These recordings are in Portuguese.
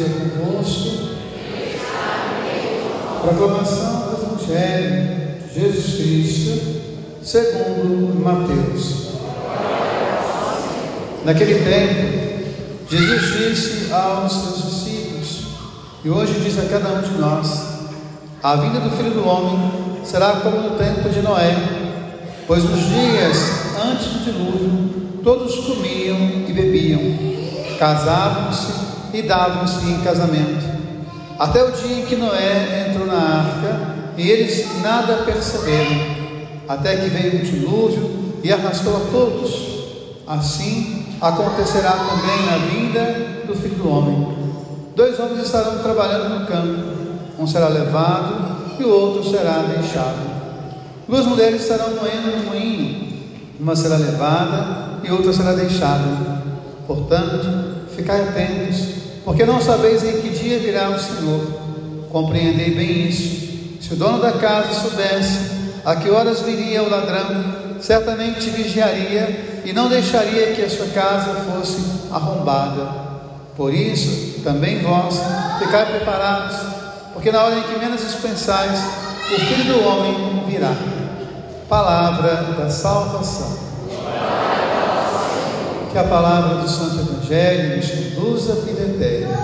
esteja convosco. Proclamação do Evangelho de Jesus Cristo, segundo Mateus. Naquele tempo, Jesus disse aos seus discípulos, e hoje diz a cada um de nós: a vinda do Filho do Homem será como no tempo de Noé, pois nos dias antes do dilúvio todos comiam e bebiam, casavam-se e davam-se em casamento, até o dia em que Noé entrou na arca, e eles nada perceberam, até que veio o dilúvio e arrastou a todos. Assim acontecerá também na vinda do Filho do Homem. 2 homens estarão trabalhando no campo, um será levado e o outro será deixado. 2 mulheres estarão moendo no moinho, uma será levada e outra será deixada. Portanto, ficai atentos, porque não sabeis em que dia virá o Senhor. Compreendei bem isso. Se o dono da casa soubesse a que horas viria o ladrão, certamente vigiaria e não deixaria que a sua casa fosse arrombada. Por isso, também vós, ficai preparados, porque na hora em que menos dispensais, o Filho do Homem virá. Palavra da salvação. Que a palavra do Santo Evangelho nos conduza à vida eterna.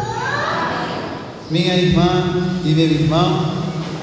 Minha irmã e meu irmão,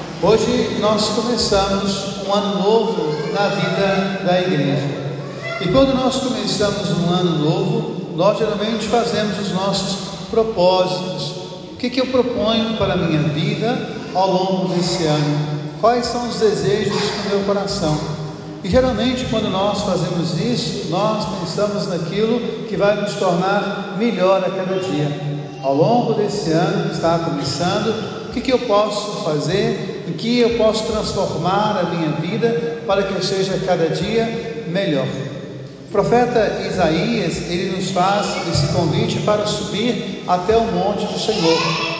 hoje nós começamos um ano novo na vida da igreja. E quando nós começamos um ano novo, nós geralmente fazemos os nossos propósitos. O que eu proponho para a minha vida ao longo desse ano? Quais são os desejos do meu coração? E geralmente quando nós fazemos isso, nós pensamos naquilo que vai nos tornar melhor a cada dia. Ao longo desse ano que está começando, o que eu posso fazer, em que eu posso transformar a minha vida para que eu seja cada dia melhor. O profeta Isaías, ele nos faz esse convite para subir até o monte do Senhor.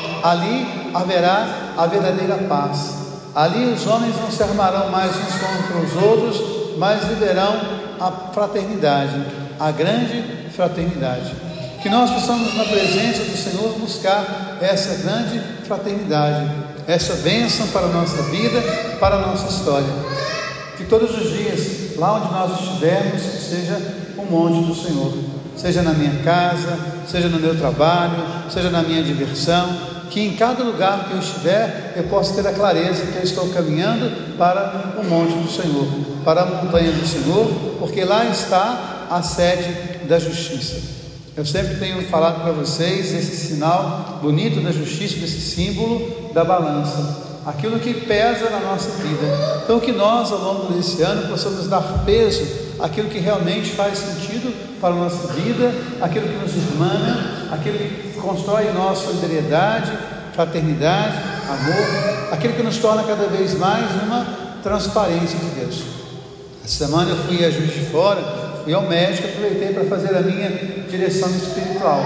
Ali haverá a verdadeira paz. Ali os homens não se armarão mais uns contra os outros, mas viverão a fraternidade, a grande fraternidade. Que nós possamos, na presença do Senhor, buscar essa grande fraternidade, essa bênção para a nossa vida, para a nossa história. Que todos os dias, lá onde nós estivermos, seja o monte do Senhor, seja na minha casa, seja no meu trabalho, seja na minha diversão, que em cada lugar que eu estiver, eu possa ter a clareza que eu estou caminhando para o monte do Senhor, para a montanha do Senhor, porque lá está a sede da justiça. Eu sempre tenho falado para vocês esse sinal bonito da justiça, desse símbolo da balança, aquilo que pesa na nossa vida. Então que nós, ao longo desse ano, possamos dar peso àquilo que realmente faz sentido para a nossa vida, aquilo que nos irmana, aquilo que constrói em nós solidariedade, fraternidade, amor, aquilo que nos torna cada vez mais uma transparência de Deus. Essa semana eu fui a Juiz de Fora, fui ao médico, aproveitei para fazer a minha direção espiritual.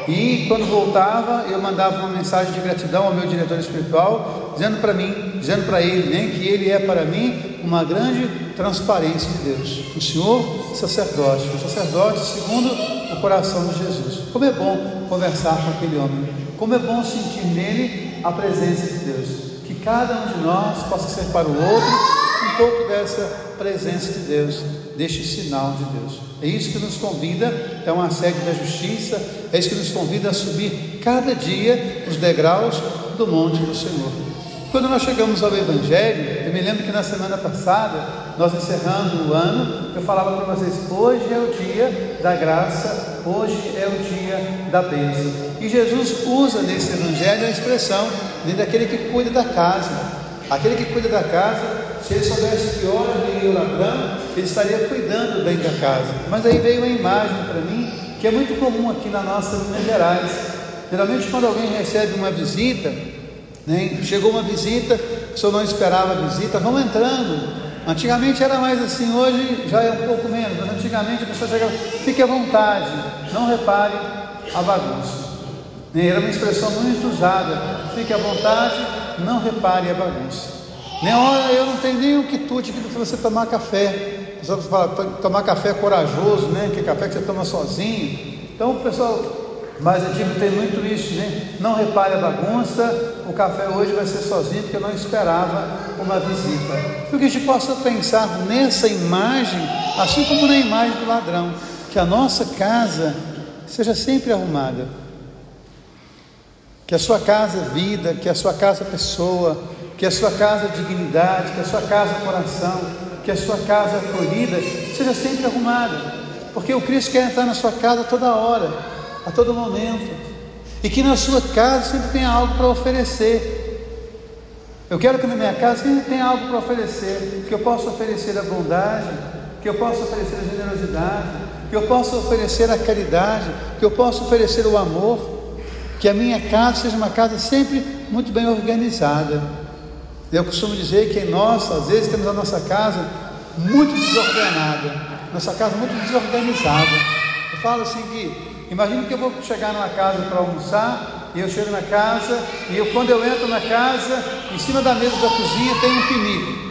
E quando voltava, eu mandava uma mensagem de gratidão ao meu diretor espiritual, dizendo para mim, dizendo para ele, né, que ele é para mim uma grande transparência de Deus. O Senhor sacerdote, o sacerdote segundo o coração de Jesus. Como é bom conversar com aquele homem, como é bom sentir nele a presença de Deus. Que cada um de nós possa ser para o outro um pouco dessa presença de Deus, deste sinal de Deus. É isso que nos convida, então, à sede da justiça, é isso que nos convida a subir cada dia os degraus do monte do Senhor. Quando nós chegamos ao Evangelho, eu me lembro que na semana passada, nós encerrando o ano, eu falava para vocês, hoje é o dia da graça, hoje é o dia da bênção. E Jesus usa nesse Evangelho a expressão daquele que cuida da casa. Aquele que cuida da casa, se ele soubesse que hora viria o ladrão, ele estaria cuidando bem da casa. Mas aí veio uma imagem para mim, que é muito comum aqui na nossa Minas Gerais. Geralmente quando alguém recebe uma visita, né, chegou uma visita, o senhor não esperava a visita, vão entrando. Antigamente era mais assim, hoje já é um pouco menos, mas antigamente a pessoa chegava, fique à vontade, não repare a bagunça. Era uma expressão muito usada, fique à vontade, não repare a bagunça. Nem hora eu não tenho nenhum quitute aqui para você tomar café. O pessoal fala, tomar café é corajoso, né? Que é café que você toma sozinho. Então o pessoal Mas a Bíblia tem muito isso, né? Não repare a bagunça, o café hoje vai ser sozinho, porque eu não esperava uma visita. Então que a gente possa pensar nessa imagem, assim como na imagem do ladrão, que a nossa casa seja sempre arrumada, que a sua casa vida, que a sua casa pessoa, que a sua casa dignidade, que a sua casa coração, que a sua casa acolhida seja sempre arrumada, porque o Cristo quer entrar na sua casa toda hora, a todo momento, e que na sua casa sempre tenha algo para oferecer. Eu quero que na minha casa sempre tenha algo para oferecer, que eu possa oferecer a bondade, que eu possa oferecer a generosidade, que eu possa oferecer a caridade, que eu possa oferecer o amor, que a minha casa seja uma casa sempre muito bem organizada. Eu costumo dizer que nós, às vezes, temos a nossa casa muito desordenada, nossa casa muito desorganizada. Eu falo assim que, imagina que eu vou chegar numa casa para almoçar, e eu chego na casa, e quando eu entro na casa, em cima da mesa da cozinha tem um pinico.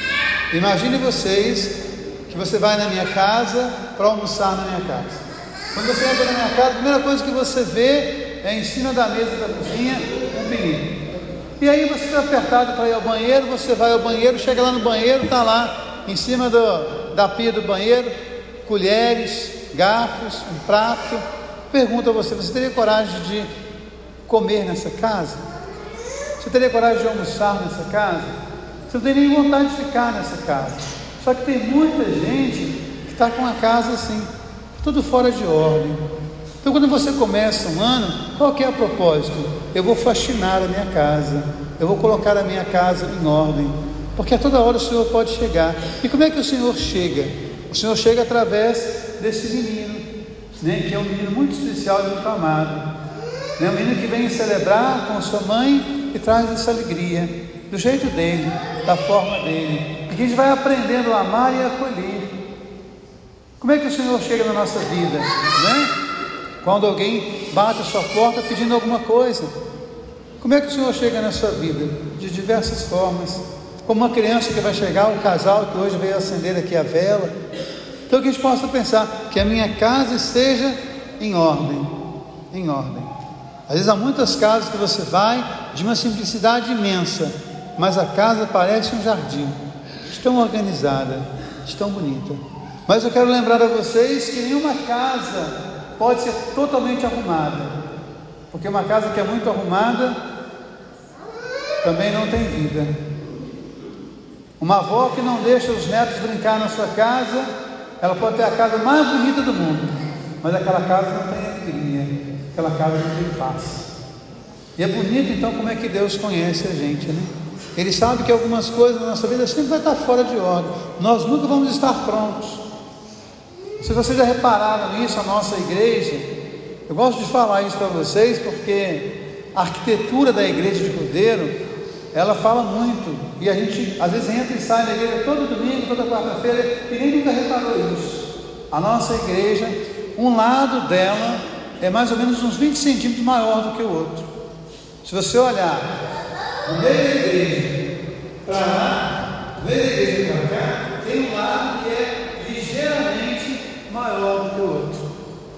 Imagine vocês que você vai na minha casa para almoçar na minha casa. Quando você entra na minha casa, a primeira coisa que você vê é em cima da mesa da cozinha um pinico. E aí você está apertado para ir ao banheiro, você vai ao banheiro, chega lá no banheiro, está lá em cima da pia do banheiro, colheres, garfos, um prato. Pergunto a você, você teria coragem de comer nessa casa? Você teria coragem de almoçar nessa casa? Você não tem nem vontade de ficar nessa casa. Só que tem muita gente que está com a casa assim, tudo fora de ordem. Então quando você começa um ano, qual que é o propósito? Eu vou faxinar a minha casa, eu vou colocar a minha casa em ordem, porque a toda hora o Senhor pode chegar. E como é que o Senhor chega? O Senhor chega através desse menino, né, que é um menino muito especial e muito amado, né, um menino que vem celebrar com sua mãe e traz essa alegria, do jeito dele, da forma dele, e que a gente vai aprendendo a amar e a acolher. Como é que o Senhor chega na nossa vida, né? Quando alguém bate a sua porta pedindo alguma coisa. Como é que o Senhor chega na sua vida? De diversas formas. Como uma criança que vai chegar, o casal que hoje veio acender aqui a vela. Então que a gente possa pensar que a minha casa esteja em ordem, em ordem. Às vezes há muitas casas que você vai de uma simplicidade imensa, mas a casa parece um jardim, tão organizada, tão bonita. Mas eu quero lembrar a vocês que nenhuma casa pode ser totalmente arrumada, porque uma casa que é muito arrumada também não tem vida. Uma avó que não deixa os netos brincar na sua casa, ela pode ter a casa mais bonita do mundo, mas aquela casa não tem alegria, aquela casa não tem paz. E é bonito então como é que Deus conhece a gente, né? Ele sabe que algumas coisas na nossa vida sempre vai estar fora de ordem, nós nunca vamos estar prontos. Se vocês já repararam isso, a nossa igreja, eu gosto de falar isso para vocês, porque a arquitetura da igreja de Cordeiro, ela fala muito, e a gente às vezes entra e sai da igreja todo domingo, toda quarta-feira, e nem nunca reparou isso. A nossa igreja, um lado dela é mais ou menos uns 20 centímetros maior do que o outro. Se você olhar do meio da igreja para lá, do meio da igreja para cá, tem um lado que é ligeiramente maior do que o outro.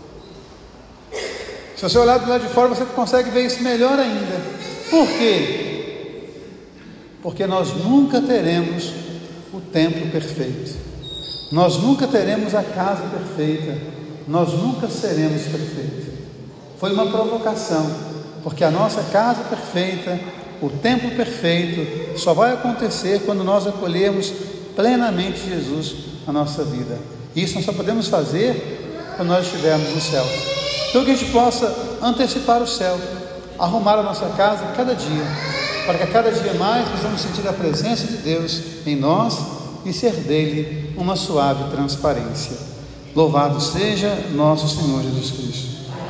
Se você olhar do lado de fora, você consegue ver isso melhor ainda. Por quê? Porque nós nunca teremos o templo perfeito, nós nunca teremos a casa perfeita, nós nunca seremos perfeitos. Foi uma provocação, porque a nossa casa perfeita, o templo perfeito, só vai acontecer quando nós acolhermos plenamente Jesus na nossa vida. Isso nós só podemos fazer quando nós estivermos no céu. Então que a gente possa antecipar o céu, arrumar a nossa casa cada dia, para que a cada dia mais possamos sentir a presença de Deus em nós e ser dele uma suave transparência. Louvado seja nosso Senhor Jesus Cristo.